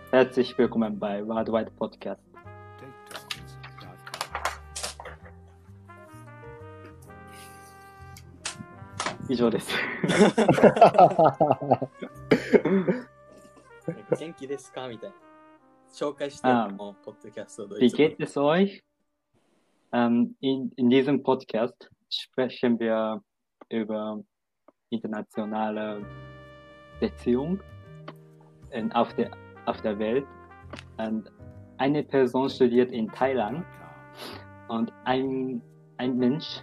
Herzlich willkommen bei Worldwide Podcast. 以上です。 元気ですかみたいな。紹介してもポッドキャスト Wie geht es euch? In diesem Podcast sprechen wir über internationale Beziehungen auf der Welt. Und eine Person studiert in Thailand und ein Mensch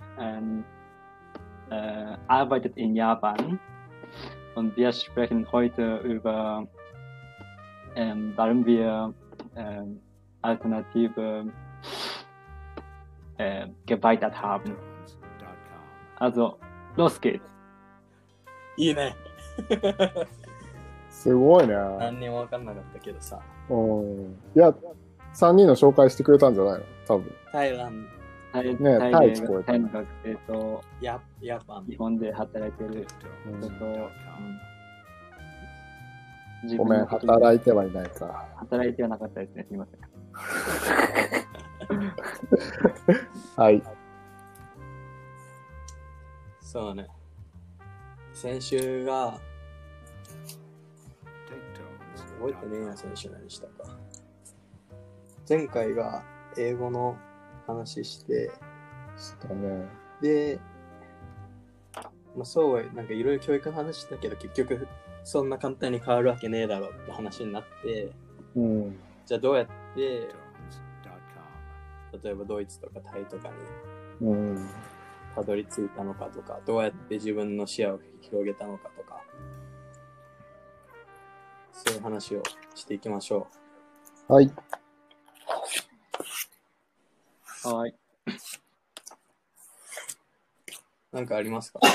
arbeitet in Japan. Und wir sprechen heute über, warum wir Alternative geweitert haben. Also, los geht's. いいね。 すごいな。 何にも分かんなかったけどさ。 いや、3人の紹介してくれたんじゃないの多分。 タイランタイねタイの学生とヤパン。 日本で働いてる人と、 ごめん、働いてはいないか。 働いてはなかったですね。すみません。 はい。 そうね。先週が、覚えてねえな、先週何したか。前回が英語の話して、 したね。 で、まあ、そうはなんかいろいろ教育の話したけど、結局そんな簡単に変わるわけねえだろうって話になって、じゃあどうやって例えばドイツとかタイとかにたどり着いたのかとか、どうやって自分の視野を広げたのかとか、そういう話をしていきましょう。はい。 はい。 なんかありますか？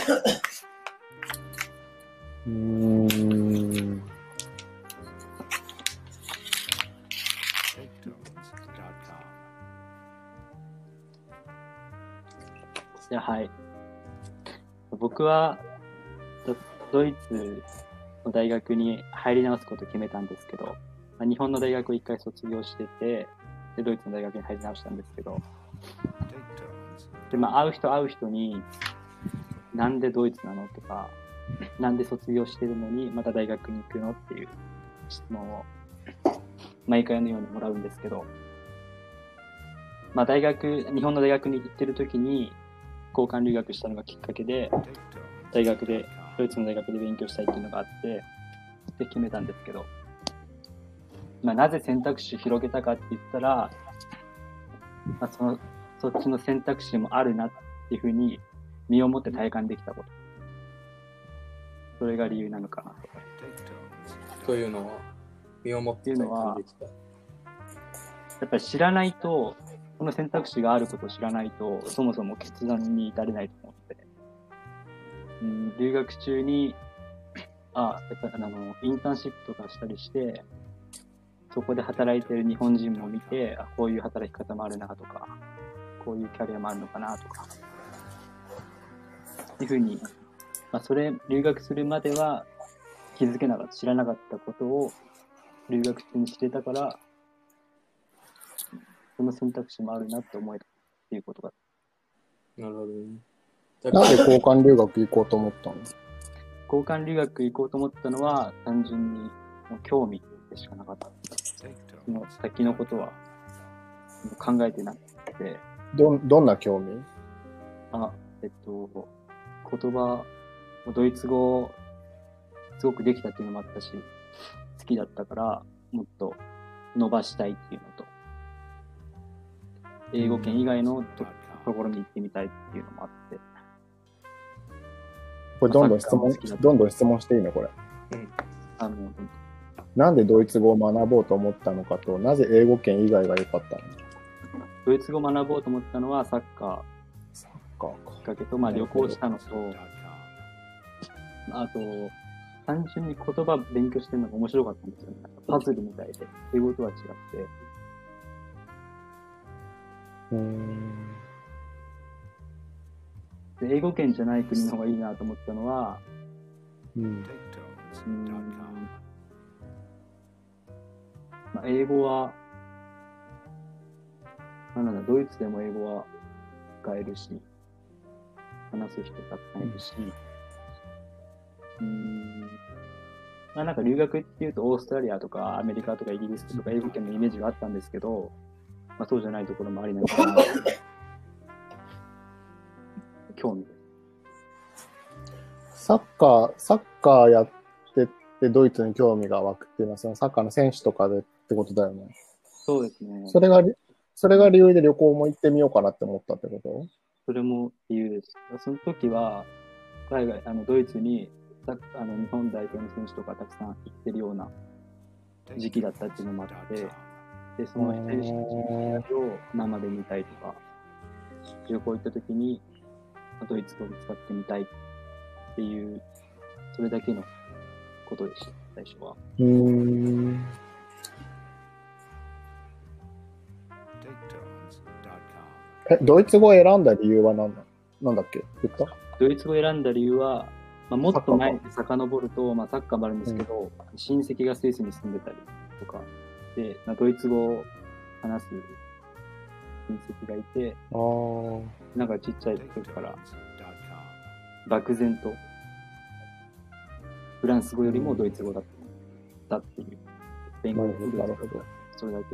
はい。僕はドイツの大学に入り直すことを決めたんですけど、日本の大学を一回卒業してて、でドイツの大学に入り直したんですけど、で会う人になんでドイツなのとか、なんで卒業してるのにまた大学に行くのっていう質問を毎回のようにもらうんですけど、日本の大学に行ってる時に交換留学したのがきっかけで、ドイツの大学で勉強したいっていうのがあって、で決めたんですけど、なぜ選択肢を広げたかって言ったら、そっちの選択肢もあるなっていうふうに身をもって体感できたこと。それが理由なのかなと。 というのは、身をもって体感できた。 やっぱり知らないと、この選択肢があることを知らないと、そもそも決断に至れないと思って、留学中に、やっぱりインターンシップとかしたりして、そこで働いてる日本人も見て、こういう働き方もあるなとか、こういうキャリアもあるのかなとか、っていうふうに、留学するまでは知らなかったことを留学中に知れたから、その選択肢もあるなって思えたっていうことが。 なるほどね。 なんで交換留学行こうと思ったの？ 交換留学行こうと思ったのは単純に興味でしかなかった。その先のことは考えてなくて。 どんな興味？ 言葉、ドイツ語すごくできたっていうのもあったし、好きだったからもっと伸ばしたいっていうのと、英語圏以外のところに行ってみたいっていうのもあって。 これどんどん質問していいのこれ。なんでドイツ語を学ぼうと思ったのかと、なぜ英語圏以外が良かったの？ ドイツ語を学ぼうと思ったのはサッカーきっかけと、旅行したのと、あと単純に言葉勉強してるのが面白かったんですよね。パズルみたいで、英語とは違って。で英語圏じゃない国の方がいいなと思ったのは、 英語は、ドイツでも英語は使えるし、話す人たくさんいるし、なんか留学っていうとオーストラリアとかアメリカとかイギリスとか英語圏のイメージがあったんですけど、そうじゃないところもありなのかな。興味です。 サッカーやっててドイツに興味が湧くっていうのは、そのサッカーの選手とかでってことだよね。 そうですね。 それが理由で旅行も行ってみようかなって思ったってこと？ それも理由です。その時は、海外、ドイツに日本代表の選手とかたくさん行ってるような時期だったっていうのもあって、で、その選手たちを生で見たいとか、旅行行った時にドイツ語を使ってみたいっていう、それだけのことでした、最初は。 ドイツ語を選んだ理由はなんだっけ？言った？ ドイツ語を選んだ理由は、もっと前に遡ると、サッカーもあるんですけど、親戚がスイスに住んでたりとかで、ドイツ語を話す親戚がいて、なんかちっちゃい時から漠然とフランス語よりもドイツ語だったっていう、スペイン語よりもドイツ語だった、それだけ。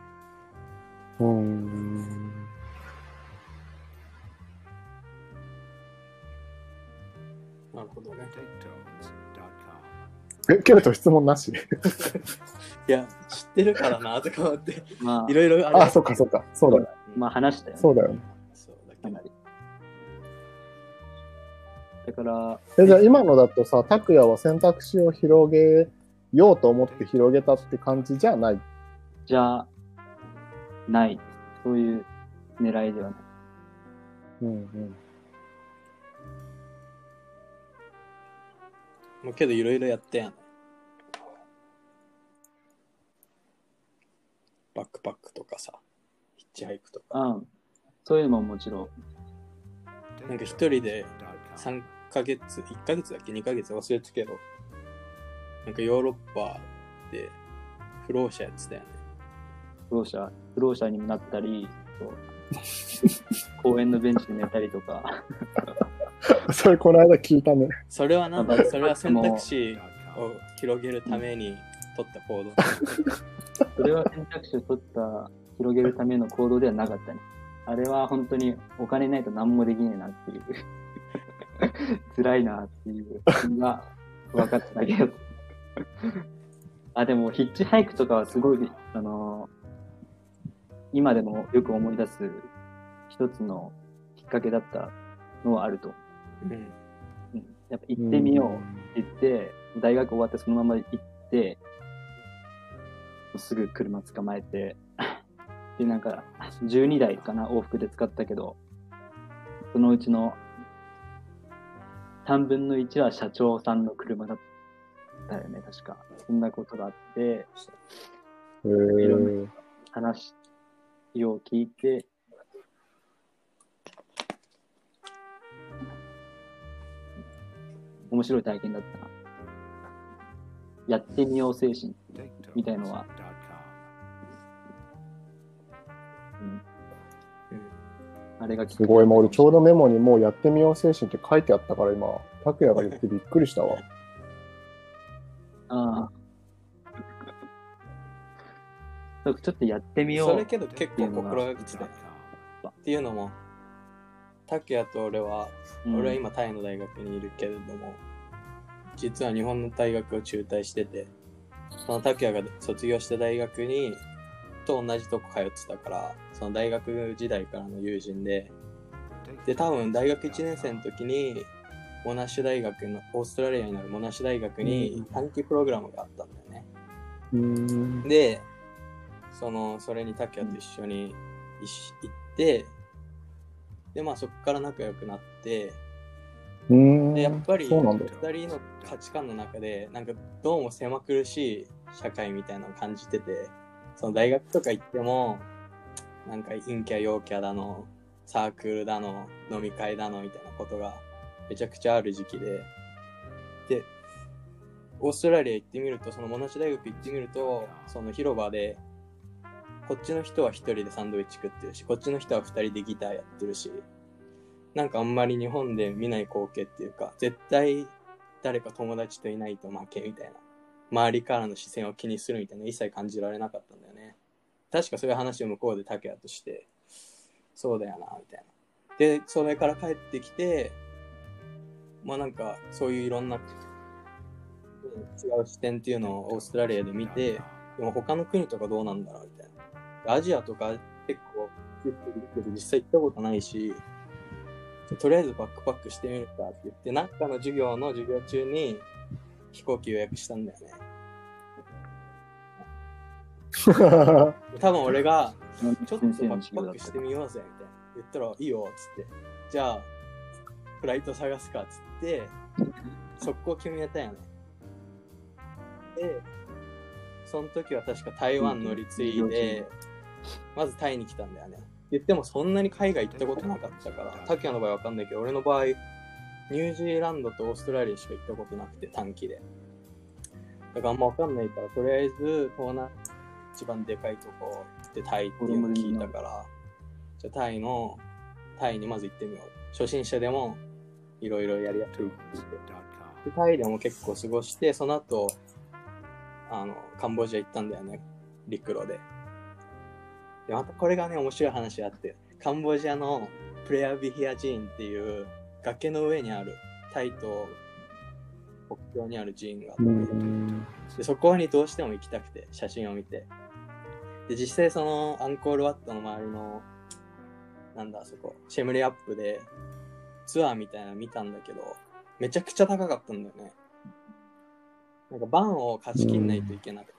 なるほどね。 ケルト質問なし？ いや、知ってるからなとか思って、いろいろあ、そっか。そうだよ。 話したよね。 そうだよね。 かなり。だから。 じゃあ今のだとさ、拓也は選択肢を広げようと思って広げたって感じじゃない？ じゃない。そういう狙いではない。 けどいろいろやったやん。バックパックとかさ、ヒッチハイクとか。 そういうのももちろん。 なんか一人で3ヶ月、1ヶ月だっけ2ヶ月忘れたけど、なんかヨーロッパで不老者やってたよね。 不老者にもなったり、公園のベンチで寝たりとか。 それこの間聞いたね。 それはなんだ？それは選択肢を広げるために取った行動。 それは選択肢を広げるための行動ではなかったね。あれは本当にお金ないと何もできねえなっていう。辛いなっていうのが分かっただけだった。でもヒッチハイクとかはすごい、今でもよく思い出す一つのきっかけだったのはあると。やっぱ行ってみようって言って、大学終わってそのまま行って、すぐ車捕まえて、で、なんか、12台かな、往復で使ったけど、そのうちの3分の1は社長さんの車だったよね、確か。そんなことがあって、いろんな話を聞いて、面白い体験だったな。やってみよう精神みたいのは、あれがすごい、俺ちょうどメモにもうやってみよう精神って書いてあったから今、拓也が言ってびっくりしたわ。 ちょっとやってみよう。 それけど結構心がけてた。っていうのも、拓也と俺は今タイの大学にいるけれども、実は日本の大学を中退してて、その拓也が卒業した大学と同じとこ通ってたから、その大学時代からの友人で、多分大学1年生の時にモナッシュ大学のオーストラリアにあるモナッシュ大学に短期プログラムがあったんだよね。で、それに拓也と一緒に行って、でそこから仲良くなって、でやっぱり2人の価値観の中でなんかどうも狭苦しい社会みたいなのを感じてて、その大学とか行ってもなんか陰キャ陽キャだのサークルだの飲み会だのみたいなことがめちゃくちゃある時期で、 オーストラリア行ってみると、そのモナシ大学行ってみると、その広場で、こっちの人は一人でサンドイッチ食ってるし、こっちの人は二人でギターやってるし、なんかあんまり日本で見ない光景っていうか、絶対誰か友達といないと負けみたいな、周りからの視線を気にするみたいな一切感じられなかったんだよね。確かそういう話を向こうで竹谷として、そうだよなみたいな。でそれから帰ってきて、まあなんかそういういろんな違う視点っていうのをオーストラリアで見て、でも他の国とかどうなんだろうみたいな。アジアとか結構実際行ったことないし、とりあえずバックパックしてみるかって言って、なんかの授業中に飛行機予約したんだよね。多分俺がちょっとバックパックしてみようぜみたいな言ったらいいよっつって、じゃあフライト探すかっつって速攻決めたよね。でその時は確か台湾乗り継いで、まずタイに来たんだよね。言ってもそんなに海外行ったことなかったから、竹谷の場合わかんないけど、俺の場合ニュージーランドとオーストラリアしか行ったことなくて、短期でだからあんまわかんないから、とりあえず東南一番でかいとこでタイっていうのを聞いたから、じゃあタイにまず行ってみよう。初心者でもいろいろやりやすいって言って、でタイでも結構過ごして、その後カンボジア行ったんだよね、陸路で。でまたこれがね面白い話あって、カンボジアのプレアビヒア寺院っていう崖の上にある、タイと国境にある寺院があって、でそこにどうしても行きたくて写真を見て、で実際そのアンコールワットの周りのなんだそこシェムリアップでツアーみたいなの見たんだけど、めちゃくちゃ高かったんだよね。なんかバンを貸し切んないといけなくて、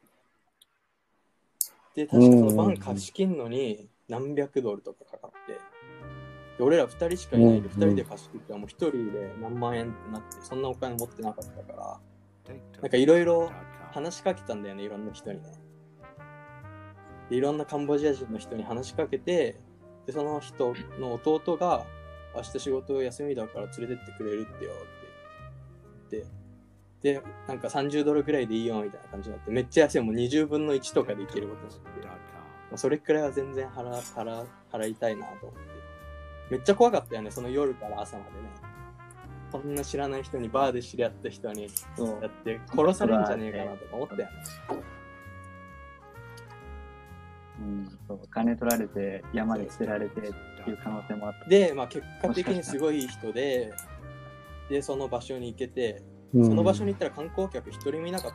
で確かそのバン貸し切んのに何百ドルとかかかって、で俺ら2人しかいないで2人で貸し切ったらもう1人で何万円ってなって、そんなお金持ってなかったから、なんかいろいろ話しかけたんだよね、いろんな人にね。でいろんなカンボジア人の人に話しかけて、でその人の弟が明日仕事休みだから連れてってくれるってよって言って、でなんか30ドルくらいでいいよみたいな感じになって、めっちゃ安い、もう20分の1とかで行けることになって、それくらいは全然払いたいなと思って、めっちゃ怖かったよね、その夜から朝までね。こんな知らない人に、バーで知り合った人にやって殺されるんじゃねえかなとか思ったよね。 そう金取られて山で捨てられてっていう可能性もあった。 で、まあ、結果的にすごいいい人で、でその場所に行けて、その場所に行ったら観光客一人もいなか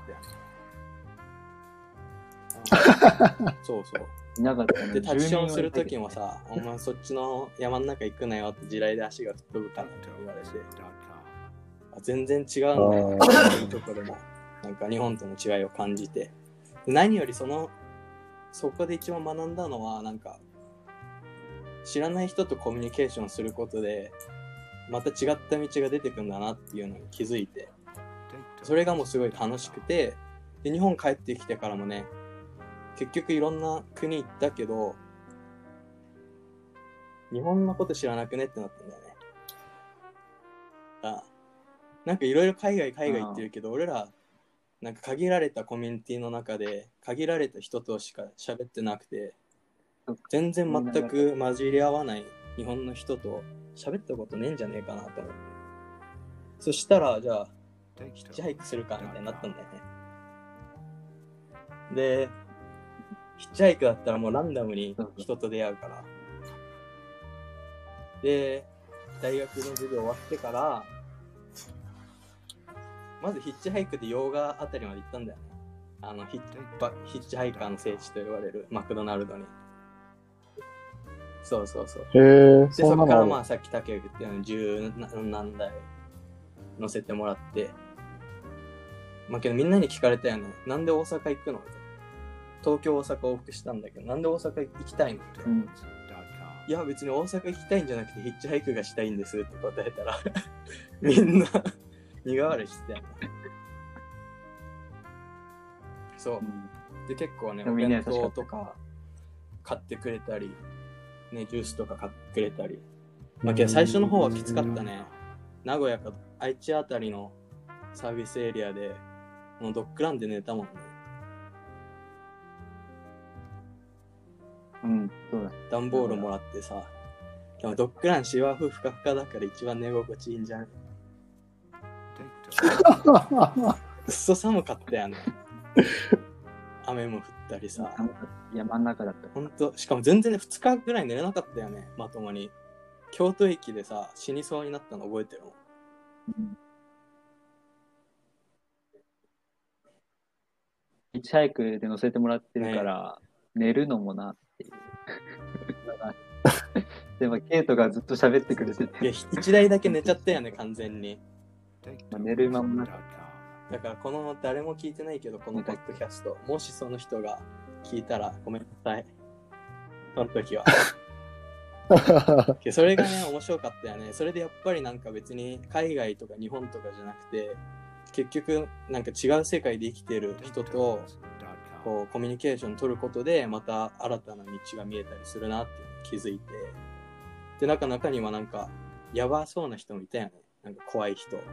ったよね。そうそう。 いなかったね。 で、タチションするときもさ、お前そっちの山の中行くなよって地雷で足が吹っ飛ぶからって言われて、全然違うんだよっていうところでも、なんか日本との違いを感じて、何よりそこで一番学んだのは、なんか知らない人とコミュニケーションすることでまた違った道が出てくんだなっていうのに気づいて、それがもうすごい楽しくて、で日本帰ってきてからもね、結局いろんな国行ったけど日本のこと知らなくねってなったんだよね。なんかいろいろ海外行ってるけど、俺らなんか限られたコミュニティの中で限られた人としか喋ってなくて、全然全く混じり合わない日本の人と喋ったことねえんじゃねえかなと思って、そしたらじゃあヒッチハイクするかみたいになったんだよね。でヒッチハイクだったらもうランダムに人と出会うから、で大学の授業終わってからまずヒッチハイクで洋画あたりまで行ったんだよね。ヒッチハイカーの聖地と言われるマクドナルドに。そう。でそこからまあさっき竹内言ったように十何台乗せてもらって、まあけどみんなに聞かれたよね。なんで大阪行くの？東京大阪往復したんだけど、なんで大阪行きたいの？いや別に大阪行きたいんじゃなくてヒッチハイクがしたいんですって答えたらみんな苦笑いしてたよね。そう。で結構ね、お弁当とか買ってくれたり、ね、ジュースとか買ってくれたり。まあけど最初の方はきつかったね。名古屋か愛知あたりのサービスエリアでもうドッグランで寝たもんね。 うん、そうだ。 段ボールもらってさ。でもドッグラン芝生ふかふかだから一番寝心地いいんじゃない？くっそ寒かったよね。雨も降ったりさ。 山の中だった。 ほんと、しかも全然ね、2日ぐらい寝れなかったよね、まともに。京都駅でさ、死にそうになったの覚えてるの？ ヒッチハイクで乗せてもらってるから、寝るのもなっていう。でも、ケイトがずっと喋ってくれてて。 いや、1台だけ寝ちゃったよね、完全に。 寝る間もなかった。 だからこの誰も聞いてないけど、このポッドキャスト、もしその人が聞いたらごめんなさい。その時は。それがね、面白かったよね。それでやっぱりなんか別に海外とか日本とかじゃなくて、結局なんか違う世界で生きてる人とこうコミュニケーション取ることでまた新たな道が見えたりするなって気づいて、で中にはなんかやばそうな人もいたよね。なんか怖い人。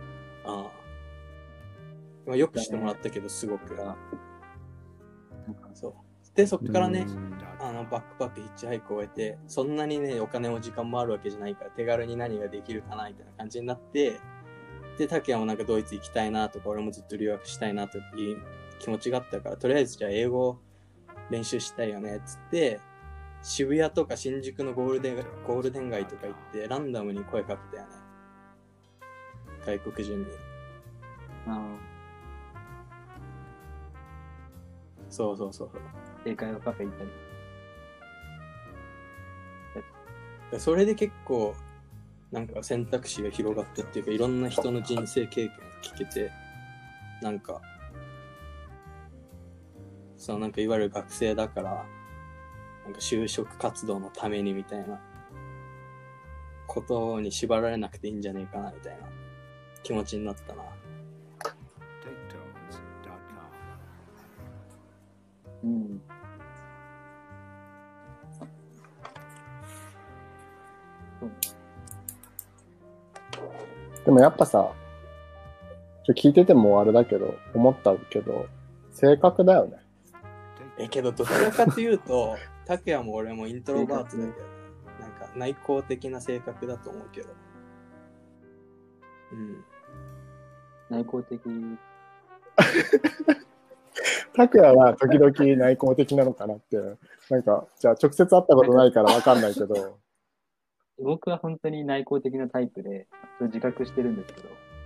よくしてもらったけどすごく。そう。でそっからね、バックパックヒッチハイクを終えて、そんなにねお金も時間もあるわけじゃないから手軽に何ができるかなみたいな感じになって、でタケヤもなんかドイツ行きたいなとか、俺もずっと留学したいなという気持ちがあったから、とりあえずじゃあ英語練習したいよねっつって、渋谷とか新宿のゴールデン街とか行ってランダムに声かけたよね、外国人に。そう英会話カフェ行ったり。それで結構なんか選択肢が広がったっていうか、いろんな人の人生経験が聞けて、なんかそのなんかいわゆる学生だからなんか就職活動のためにみたいなことに縛られなくていいんじゃねえかなみたいな気持ちになったな。 うん。 でもやっぱさ、聞いててもあれだけど、思ったけど、性格だよね。 けどどちらかというと、拓也も俺もイントロバートだけど、なんか内向的な性格だと思うけど。うん。 内向的。 拓也は時々内向的なのかなって、なんか、じゃあ直接会ったことないから分かんないけど。 僕は本当に内向的なタイプで、それ自覚してるんですけど。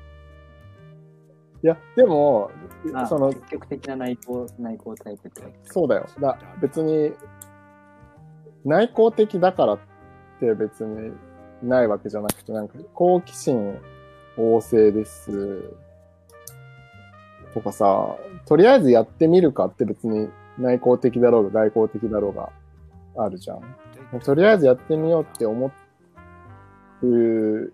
いや、でも、 その積極的な内向タイプって。 そうだよ。別に、内向的だからって別にないわけじゃなくて、なんか好奇心旺盛ですとかさ、とりあえずやってみるかって別に内向的だろうが外向的だろうがあるじゃん。とりあえずやってみようって思う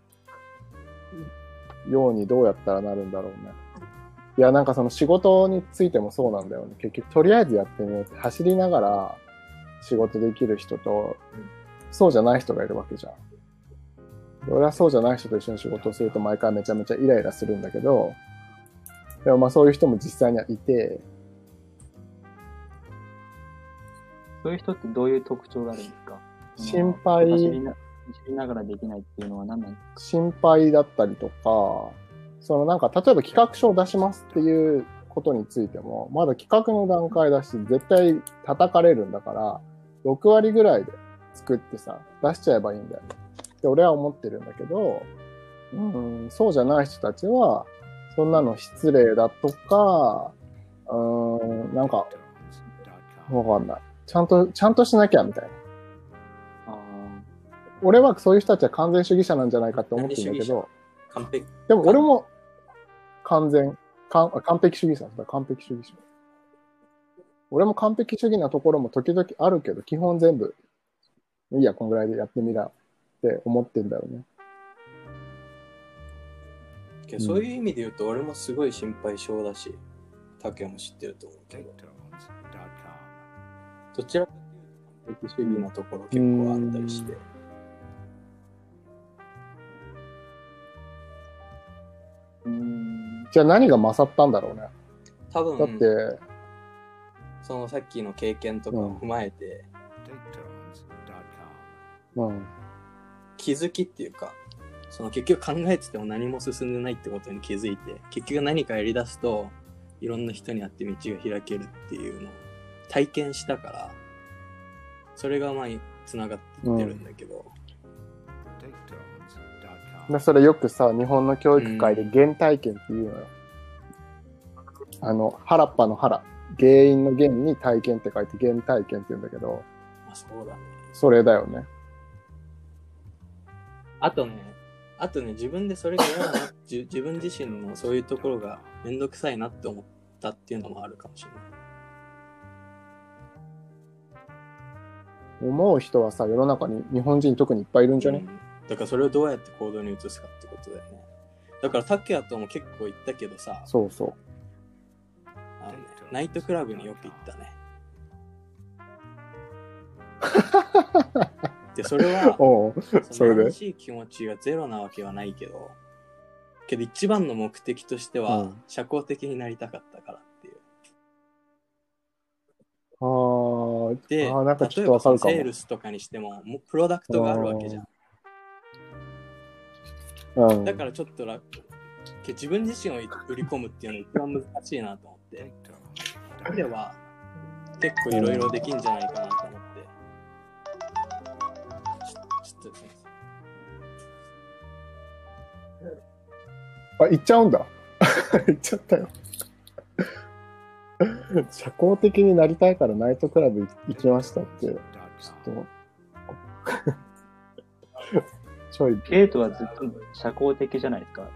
ようにどうやったらなるんだろうね。いや、なんかその仕事についてもそうなんだよね。結局とりあえずやってみようって走りながら仕事できる人と、そうじゃない人がいるわけじゃん。俺はそうじゃない人と一緒に仕事をすると毎回めちゃめちゃイライラするんだけど、でもまあそういう人も実際にはいて。 そういう人ってどういう特徴があるんですか？ 心配。 走りながらできないっていうのは何なんですか？ 心配だったりとか、そのなんか例えば企画書を出しますっていうことについても、まだ企画の段階だし、絶対叩かれるんだから、6割ぐらいで作ってさ、出しちゃえばいいんだよね。で、俺は思ってるんだけど、そうじゃない人たちは、そんなの失礼だとか、なんか、わかんない。ちゃんとしなきゃみたいな。俺はそういう人たちは完全主義者なんじゃないかって思ってるんだけど、 完璧。 でも俺も完璧主義者だ。完璧主義者。俺も完璧主義なところも時々あるけど、基本全部、いいや、こんぐらいでやってみらって思ってんだよね。 そういう意味で言うと、俺もすごい心配性だし、拓也も知ってると思うけど、どちらかというと完璧主義なところ結構あったりして。 じゃあ何が勝ったんだろうね。 多分だってそのさっきの経験とかを踏まえて、気づきっていうか、その結局考えてても何も進んでないってことに気づいて、結局何かやり出すといろんな人に会って道が開けるっていうのを体験したから、それがまあつながってってるんだけど、 それよくさ、日本の教育界で原体験っていうのよ。原っぱの原、原因の原に体験って書いて原体験って言うんだけど、 まあ、そうだね。 それだよね。 あとね、自分でそれが嫌だな自分自身のそういうところがめんどくさいなって思ったっていうのもあるかもしれない。 思う人はさ、世の中に日本人特にいっぱいいるんじゃね？ だからそれをどうやって行動に移すかってことだよね。だから拓也とも結構言ったけどさ、 そうそう。 ナイトクラブによく行ったね。で、それは、それで楽しい気持ちがゼロなわけはないけど一番の目的としては、社交的になりたかったからっていう。で、 なんかちょっとわかるかも。 セールスとかにしても、プロダクトがあるわけじゃん。だからちょっと自分自身を売り込むっていうのが一番難しいなと思って。彼は結構いろいろできんじゃないかなと思って。ちょっとすみません。行っちゃうんだ。行っちゃったよ。社交的になりたいからナイトクラブ行きましたって、ちょっと。 ケイトはずっと社交的じゃないですか。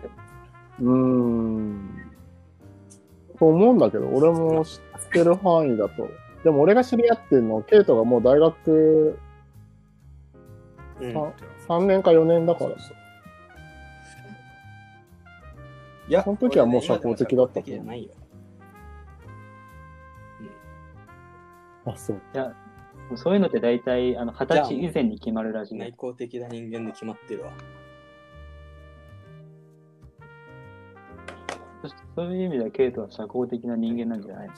と思うんだけど、俺も知ってる範囲だと。でも俺が知り合ってるの、ケイトがもう大学、3年か4年だから。いや、その時はもう社交的だったと思う。あ、そう。 いや、そういうのって大体20歳以前に決まるらしい。 内向的な人間で決まってるわ。 そういう意味ではケイトは社交的な人間なんじゃない？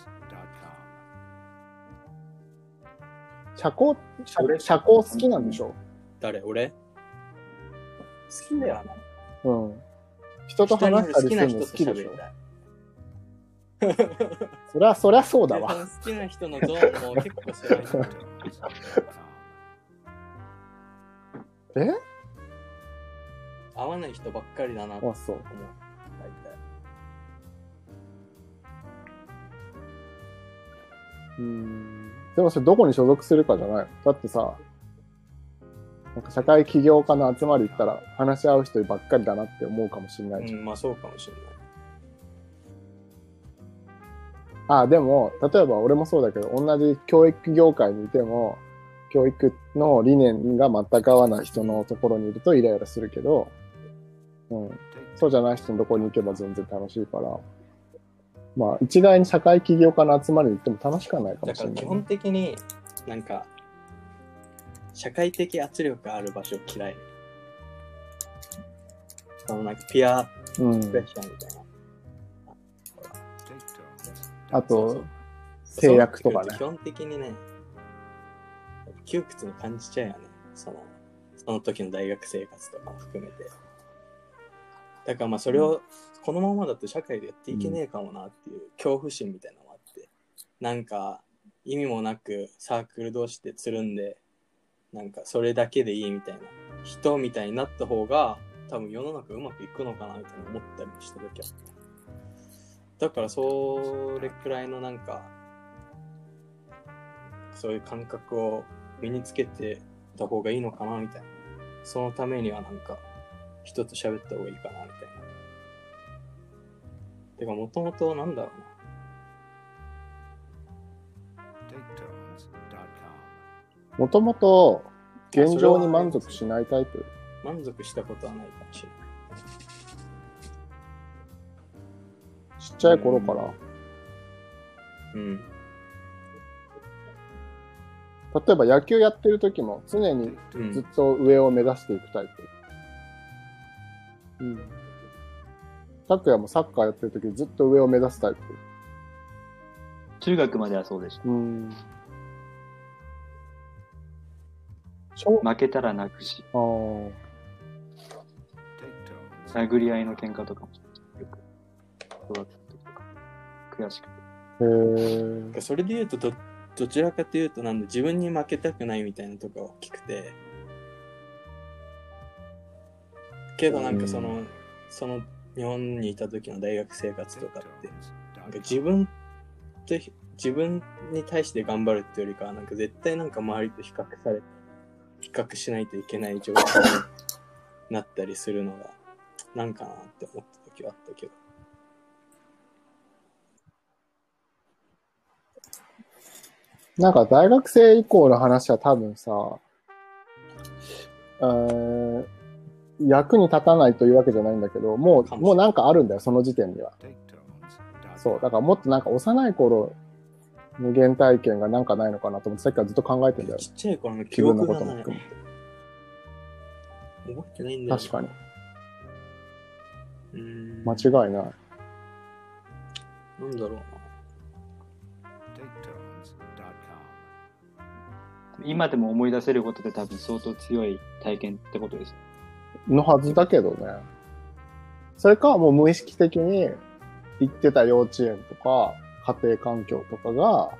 社交好きなんでしょ？ 誰？俺？好きだよね。 人と話したりするの好きでしょ？そりゃそうだわ。 好きな人のゾーンも結構狭い。合わない人ばっかりだなと思う。 そう。でもそれどこに所属するかじゃない。だってさ、なんか社会起業家の集まり行ったら話し合う人ばっかりだなって思うかもしれないじゃん。 まあそうかもしれない。でも例えば俺もそうだけど、同じ教育業界にいても教育の理念が全く合わない人のところにいるとイライラするけど、そうじゃない人のところに行けば全然楽しいから。まあ一概に社会起業家の集まりに行っても楽しくはないかもしれない。 だから基本的になんか社会的圧力がある場所嫌い。そのなんかピアプレッシャーみたいな。 あと制約とかね。 基本的にね、窮屈に感じちゃうよね。その時の大学生活とかも含めて。だからまあそれをこのままだと社会でやっていけねえかもなっていう恐怖心みたいなのもあって、なんか意味もなくサークル同士でつるんで、なんかそれだけでいいみたいな人みたいになった方が多分世の中うまくいくのかなみたいな思ったりした時はあった。だからそれくらいのなんかそういう感覚を身につけてた方がいいのかなみたいな。そのためにはなんか人と喋った方がいいかなみたいな。てかもともとなんだろうな。もともと現状に満足しないタイプ。 満足したことはないかもしれない。 ちっちゃい頃から。例えば野球やってる時も常にずっと上を目指していくタイプ。拓也もサッカーやってる時ずっと上を目指すタイプ。 中学まではそうでした。負けたら泣くし、殴り合いの喧嘩とかもよく育った時とか悔しくて。それで言うとどちらかというとなんで自分に負けたくないみたいなとこが大きくて、けどなんかその日本にいた時の大学生活とかってなんか自分に対して頑張るっていうよりかはなんか絶対なんか周りと比較しないといけない状況になったりするのがなんかなって思った時はあったけど。 なんか大学生以降の話は多分さ、役に立たないというわけじゃないんだけど、もうなんかあるんだよ、その時点には。そう、だからもっとなんか幼い頃の原体験がなんかないのかなと思って、さっきからずっと考えてんだよ。 ちっちゃい頃の記憶がない。 自分のことも覚えてないんだよ。 確かに。間違いない。 なんだろうな。 今でも思い出せることで多分相当強い体験ってことです。 のはずだけどね。それかもう無意識的に行ってた幼稚園とか家庭環境とかが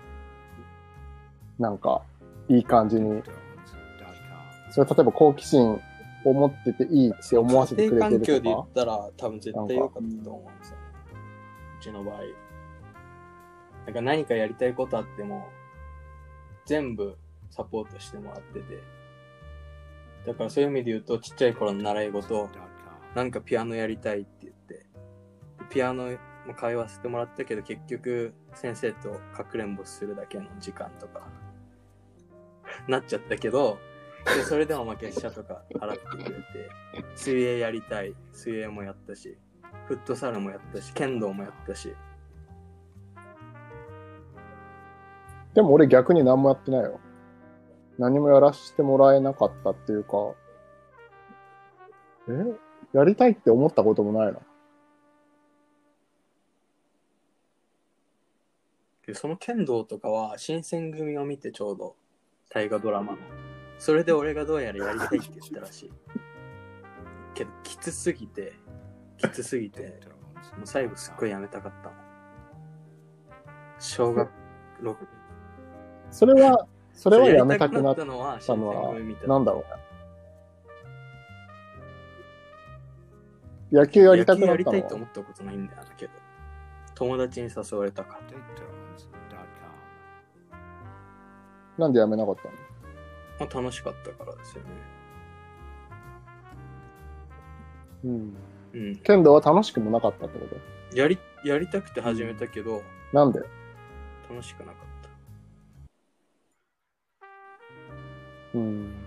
なんかいい感じに、それ例えば好奇心を持ってていいって思わせてくれてるとか。 家庭環境で言ったら多分絶対良かったと思うんですよね。うちの場合。なんか何かやりたいことあっても全部サポートしてもらってて、だからそういう意味で言うとちっちゃい頃の習い事なんかピアノやりたいって言ってピアノも通わせてもらったけど結局先生とかくれんぼするだけの時間とかなっちゃったけど、でそれでも月謝とか払ってくれて、水泳やりたい、水泳もやったし、フットサルもやったし、剣道もやったし。 でも俺逆に何もやってないよ。何もやらせてもらえなかったっていうか、やりたいって思ったこともないな。 でその剣道とかは新選組を見てちょうど大河ドラマのそれで俺がどうやらやりたいって言ったらしいけどきつすぎてもう最後すっごいやめたかったの。小学6 それはやめたくなったのはなんだろうね。野球やりたくなったのは野球やりたいと思ったことないんだよけど友達に誘われたから。 なんでやめなかったの？ まあ、楽しかったからですよね。 剣道は楽しくもなかったってこと？ やりたくて始めたけど、 なんで？ 楽しくなかった。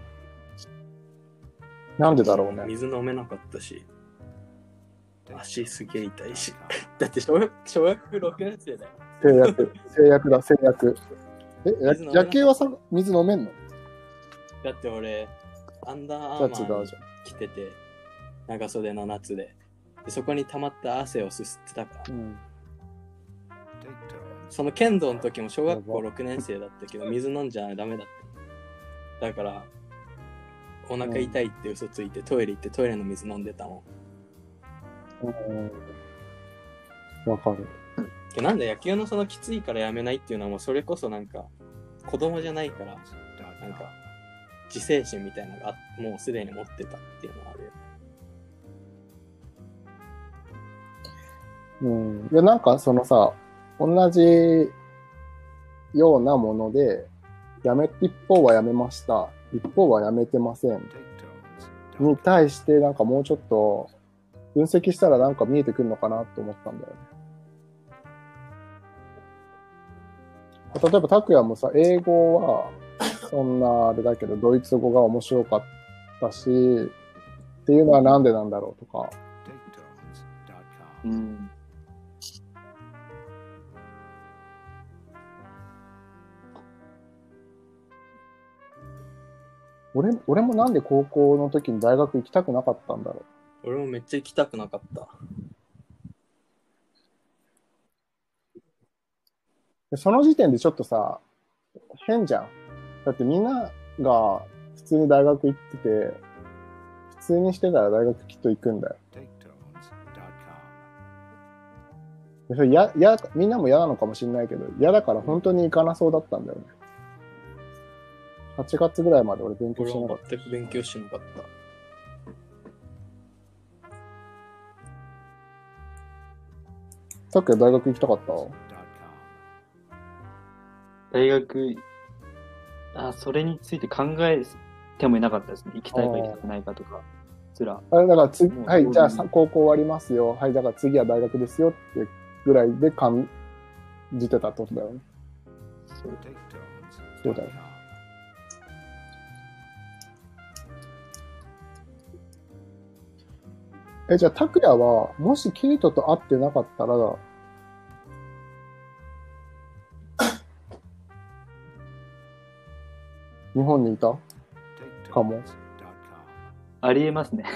なんでだろうね。 水飲めなかったし、足すげえ痛いし。だって小学6年生だよ。 制約だ、制約。野球はさ、水飲めんの？ だって俺、アンダーアーマー着てて、長袖の夏で。そこに溜まった汗をすすってたから。その剣道の時も小学校6年生だったけど、水飲んじゃダメだった。だから、お腹痛いって嘘ついてトイレ行ってトイレの水飲んでたもん。わかる。 なんで野球のそのきついからやめないっていうのはもうそれこそなんか子供じゃないからなんか自制心みたいなのがもうすでに持ってたっていうのはあるよ。いやなんかそのさ同じようなもので一方はやめました一方はやめてませんに対してなんかもうちょっと分析したらなんか見えてくるのかなと思ったんだよね。例えば拓也もさ英語はそんなあれだけどドイツ語が面白かったしっていうのはなんでなんだろうとか。俺もなんで高校の時に大学行きたくなかったんだろう。俺もめっちゃ行きたくなかった。 でその時点でちょっとさ、変じゃん。だってみんなが普通に大学行ってて、普通にしてたら大学きっと行くんだよ。でそれみんなも嫌なのかもしれないけど、嫌だから本当に行かなそうだったんだよね。8月ぐらいまで俺勉強してなかった。 全く勉強しなかった。 さっきは大学行きたかった？ 大学、それについて考えてもいなかったですね。行きたいか行きたくないかとか。 あれだからはい、じゃあ高校終わりますよ。はい、だから次は大学ですよってぐらいで感じてたってことだよね。そうだよ。じゃあ、拓也は、もしケイトと会ってなかったら、日本にいたかも。 ありえますね。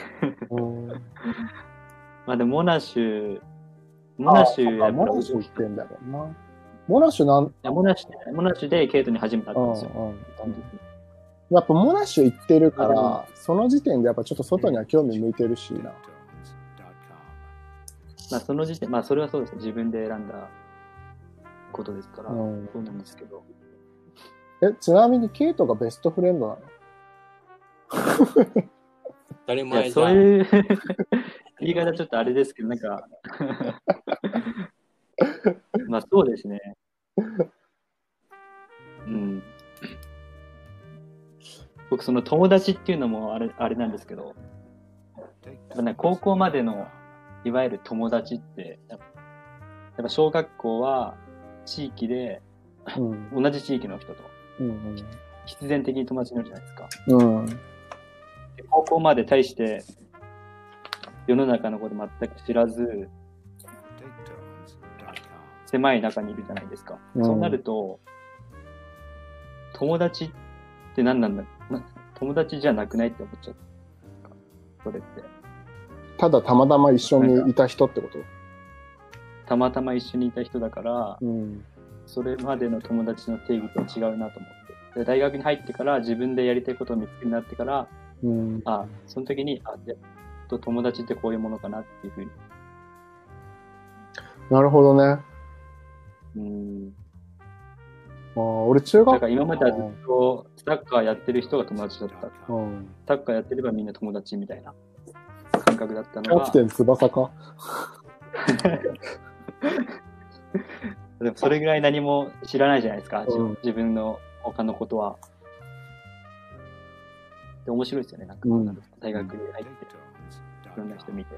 まあでも、モナシュモナシュ行ってんだろうな。モナシュでケイトに初めて会ったんですよ。 やっぱモナッシュ行ってるから、その時点でやっぱちょっと外には興味向いてるしな。 まあその時点、まあそれはそうですね。自分で選んだことですから、そうなんですけど。 ちなみにケイトがベストフレンドなの？ 当たり前じゃん。 そういう言い方ちょっとあれですけど、なんかまあそうですね。うん。僕その友達っていうのもあれなんですけど、高校までのいわゆる友達ってやっぱ小学校は地域で、同じ地域の人と必然的に友達になるじゃないですか。で高校まで対して世の中のこと全く知らず狭い中にいるじゃないですか。そうなると友達って何なんだ、友達じゃなくないって思っちゃう。それって。 ただたまたま一緒にいた人ってこと？ たまたま一緒にいた人だから、それまでの友達の定義と違うなと思って。で大学に入ってから自分でやりたいことを見つけになってから、その時に、友達ってこういうものかなっていうふうに。 なるほどね。俺中学だから今まではずっとサッカーやってる人が友達だった。サッカーやってればみんな友達みたいな感覚だったのが。 キャプテン翼か。 でもそれぐらい何も知らないじゃないですか。自分の他のことは。で面白いですよね。なんか大学に入っていろんな人見て。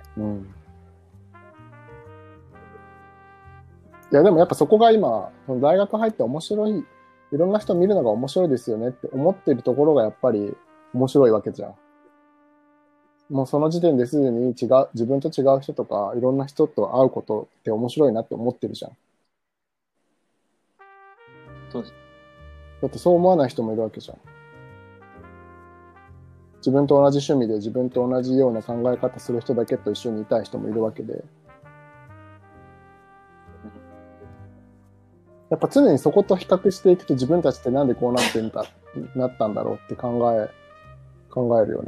いやでもやっぱそこが今大学入って面白い、いろんな人見るのが面白いですよねって思ってるところがやっぱり面白いわけじゃん。もうその時点ですでに自分と違う人とかいろんな人と会うことって面白いなって思ってるじゃん。 そうです。 だってそう思わない人もいるわけじゃん。自分と同じ趣味で自分と同じような考え方する人だけと一緒にいたい人もいるわけで。やっぱ常にそこと比較していくと自分たちってなんでこうなったんだろうって考えるよね。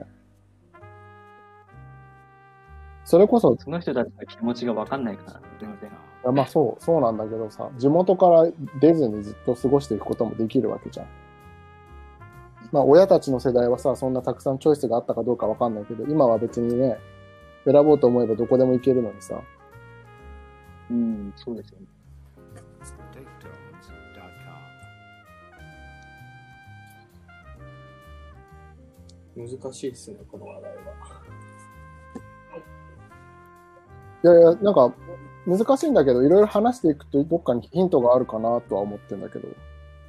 それこそその人たちの気持ちが分かんないから全然。 まあそうなんだけどさ、地元から出ずにずっと過ごしていくこともできるわけじゃん。まあ親たちの世代はさ、そんなたくさんチョイスがあったかどうか分かんないけど、今は別にね、選ぼうと思えばどこでも行けるのにさ。 そうですよね。 難しいですね、この話題は。 いやいや、なんか難しいんだけど、いろいろ話していくとどっかにヒントがあるかなとは思ってるんだけど。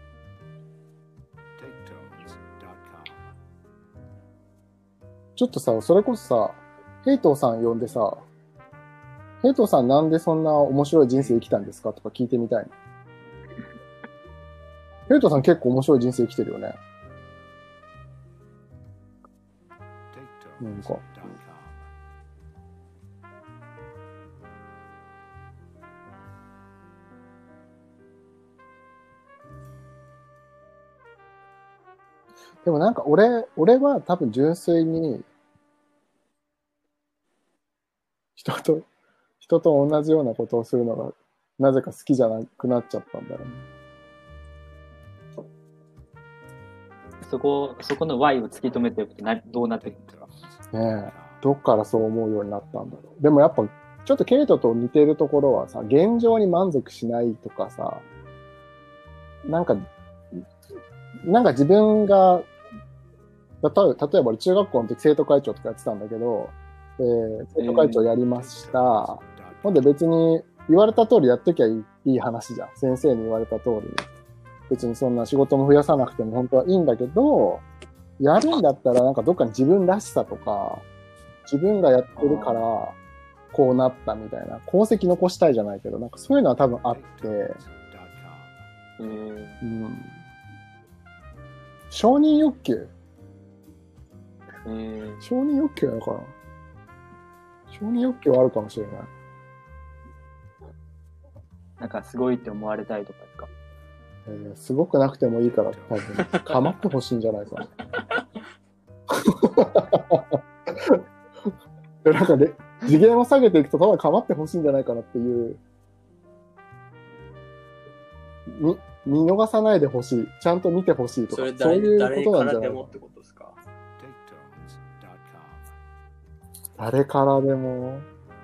ちょっとさ、それこそさ、ヘイトーさん呼んでさ、ヘイトーさんなんでそんな面白い人生生きたんですかとか聞いてみたいな。ヘイトーさん結構面白い人生生きてるよね。なんか。 でもなんか俺は多分純粋に人と同じようなことをするのがなぜか好きじゃなくなっちゃったんだよね。 そこの Y を突き止めておくとどうなっていくんですか？ ねえ、どっからそう思うようになったんだろう。でもやっぱちょっとケイトと似てるところはさ、現状に満足しないとかさ、なんか自分が例えば中学校の時生徒会長とかやってたんだけど、生徒会長やりました。ほんで別に言われた通りやっときゃいい話じゃん。先生に言われた通り。別にそんな仕事も増やさなくても本当はいいんだけど、やるんだったらなんかどっかに自分らしさとか、自分がやってるからこうなったみたいな、功績残したいじゃないけど、なんかそういうのは多分あって、承認欲求承認欲求なのかな。承認欲求はあるかもしれない。 なんかすごいって思われたいとかですか？ すごくなくてもいいから多分構ってほしいんじゃないかな。なんかね、次元を下げていくとただ構ってほしいんじゃないかなっていう。見逃さないでほしい。ちゃんと見てほしいとか。そういうことなんじゃないかな。誰からでも。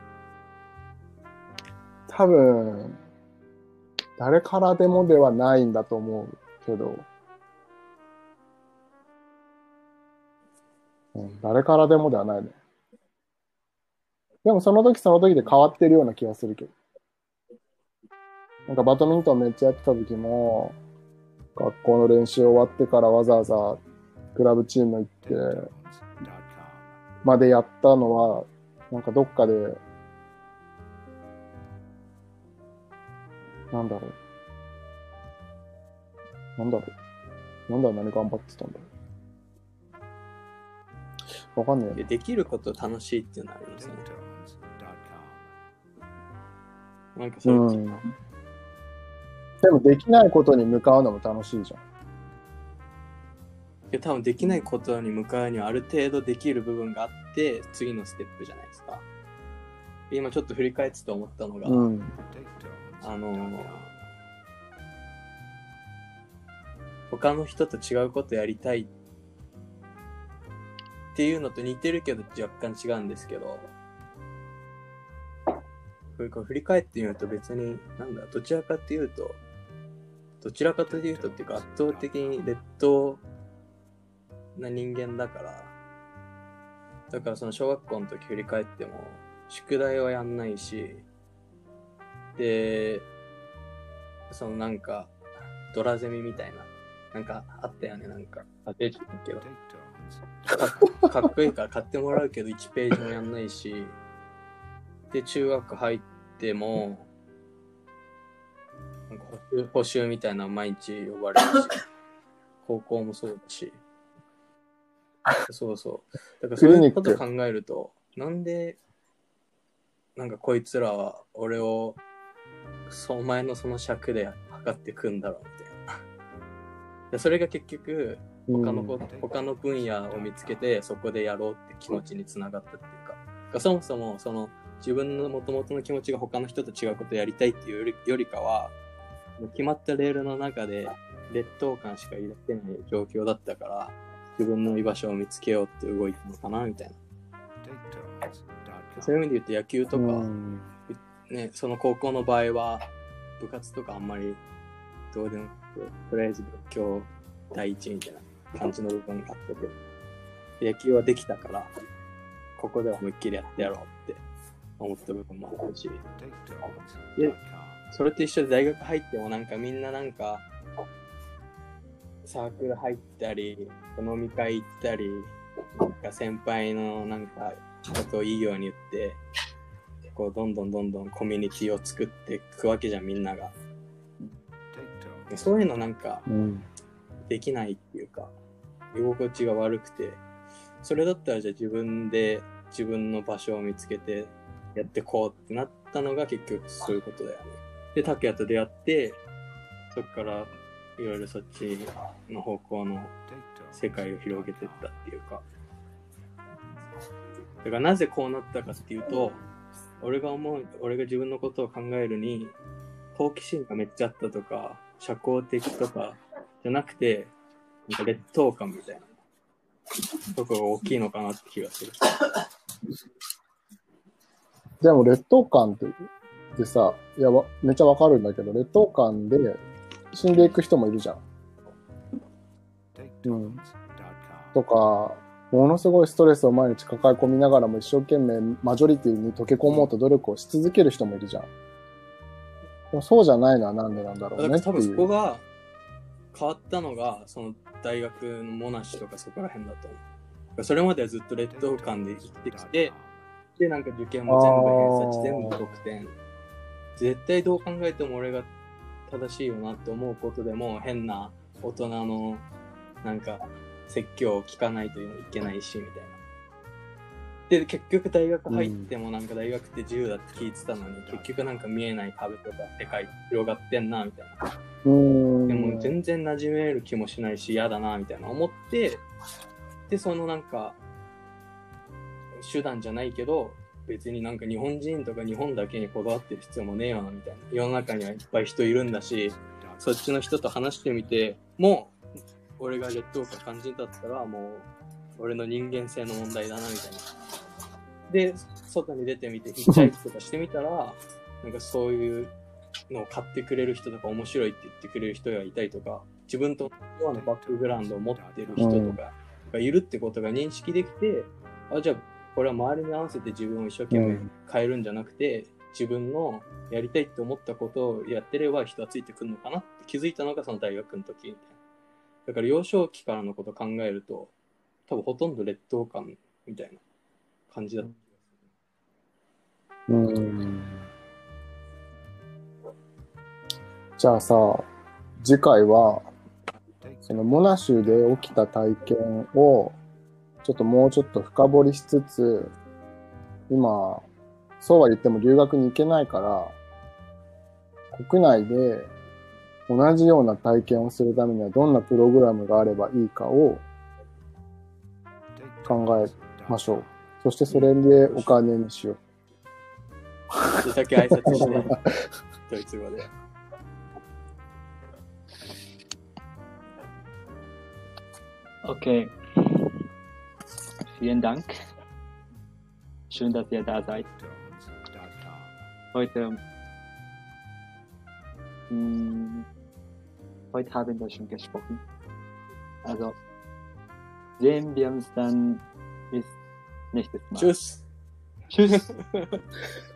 多分、誰からでもではないんだと思うけど、誰からでもではないね。でもその時その時で変わってるような気がするけど。なんかバドミントンめっちゃやってた時も、学校の練習終わってからわざわざクラブチーム行ってまでやったのは、なんかどっかで、なんだろう。何頑張ってたんだろう。わかんない。 できること楽しいっていうのはありますね。なんかそれ、 でもできないことに向かうのも楽しいじゃん。 いや多分できないことに向かうにはある程度できる部分があって次のステップじゃないですか。今ちょっと振り返ってて思ったのが、他の人と違うことやりたいっていうのと似てるけど若干違うんですけど、これ振り返ってみると別にどちらかというとっていうか圧倒的に劣等な人間だからその小学校の時振り返っても宿題はやんないし、でそのなんかドラゼミみたいななんかあったよね、なんか出てたけどかっこいいから買ってもらうけど1ページもやんないし、で中学入ってもなんか補習みたいなの毎日呼ばれるし高校もそうだしそうだからそういうこと考えるとなんでなんかこいつらは俺をお前のその尺で測ってくんだろうみたいな。でそれが結局他の分野を見つけてそこでやろうって気持ちにつながったっていうか、そもそもその自分の元々の気持ちが他の人と違うことをやりたいっていうよりかは決まったレールの中で劣等感しか抱けない状況だったから自分の居場所を見つけようって動いたのかなみたいな。そういう意味で言うと野球とか、ね、その高校の場合は部活とかあんまりどうでもとりあえず勉強第一みたいな感じの部分があったけど、野球はできたからここでは思いっきりやってやろうって思った部分もあったし、でそれと一緒で大学入ってもなんかみんななんかサークル入ったり飲み会行ったりなんか先輩のなんかことをいいように言ってこうどんどんコミュニティを作っていくわけじゃん、みんなが。そういうのなんかできないっていうか居心地が悪くて、それだったらじゃあ自分で自分の場所を見つけてやってこうってなったのが結局そういうことだよね。で拓也と出会ってそっからいろいろそっちの方向の世界を広げていったっていうか。だからなぜこうなったかっていうと、俺が自分のことを考えるに、好奇心がめっちゃあったとか、社交的とかじゃなくて、なんか劣等感みたいなとこが大きいのかなって気がする。 でも劣等感ってさ、めっちゃわかるんだけど、劣等感で死んでいく人もいるじゃん。うん。とか、ものすごいストレスを毎日抱え込みながらも一生懸命マジョリティに溶け込もうと努力をし続ける人もいるじゃん。でもそうじゃないのはなんでなんだろうねっていう。 多分そこが変わったのが、その大学のモナシとかそこら辺だと思う。それまではずっと劣等感で生きてきて、で、なんか受験も全部偏差値、全部得点。絶対どう考えても俺が正しいよなって思うことでも、変な大人のなんか説教を聞かないといけないし、みたいな。で、結局大学入ってもなんか大学って自由だって聞いてたのに、結局なんか見えない壁とか世界広がってんな、みたいな。でも全然馴染める気もしないし嫌だな、みたいな思って、で、そのなんか、手段じゃないけど、別になんか日本人とか日本だけにこだわってる必要もねえよな、みたいな。世の中にはいっぱい人いるんだし、そっちの人と話してみて、もう、俺が劣等感感じたったら、もう、俺の人間性の問題だな、みたいな。で、外に出てみて、ヒッチハイクとかしてみたら、なんかそういうのを買ってくれる人とか面白いって言ってくれる人がいたりとか、自分と同じようなバックグラウンドを持ってる人とかがいるってことが認識できて、じゃあこれは周りに合わせて自分を一生懸命変えるんじゃなくて、自分のやりたいって思ったことをやってれば人はついてくるのかなって気づいたのがその大学の時みたいな。だから幼少期からのことを考えると、多分ほとんど劣等感みたいな感じだった。 じゃあさ、次回はそのモナ州で起きた体験をちょっともうちょっと深掘りしつつ、今そうは言っても留学に行けないから国内で同じような体験をするためにはどんなプログラムがあればいいかを考えましょう。そしてそれでお金にしよう。 だけ挨拶してドイツ語で。 Okay. Vielen Dank. Schön, dass ihr da seid. Heute haben wir schon gesprochen. Also sehen wir uns dann bis nächstes Mal. Tschüss. Tschüss.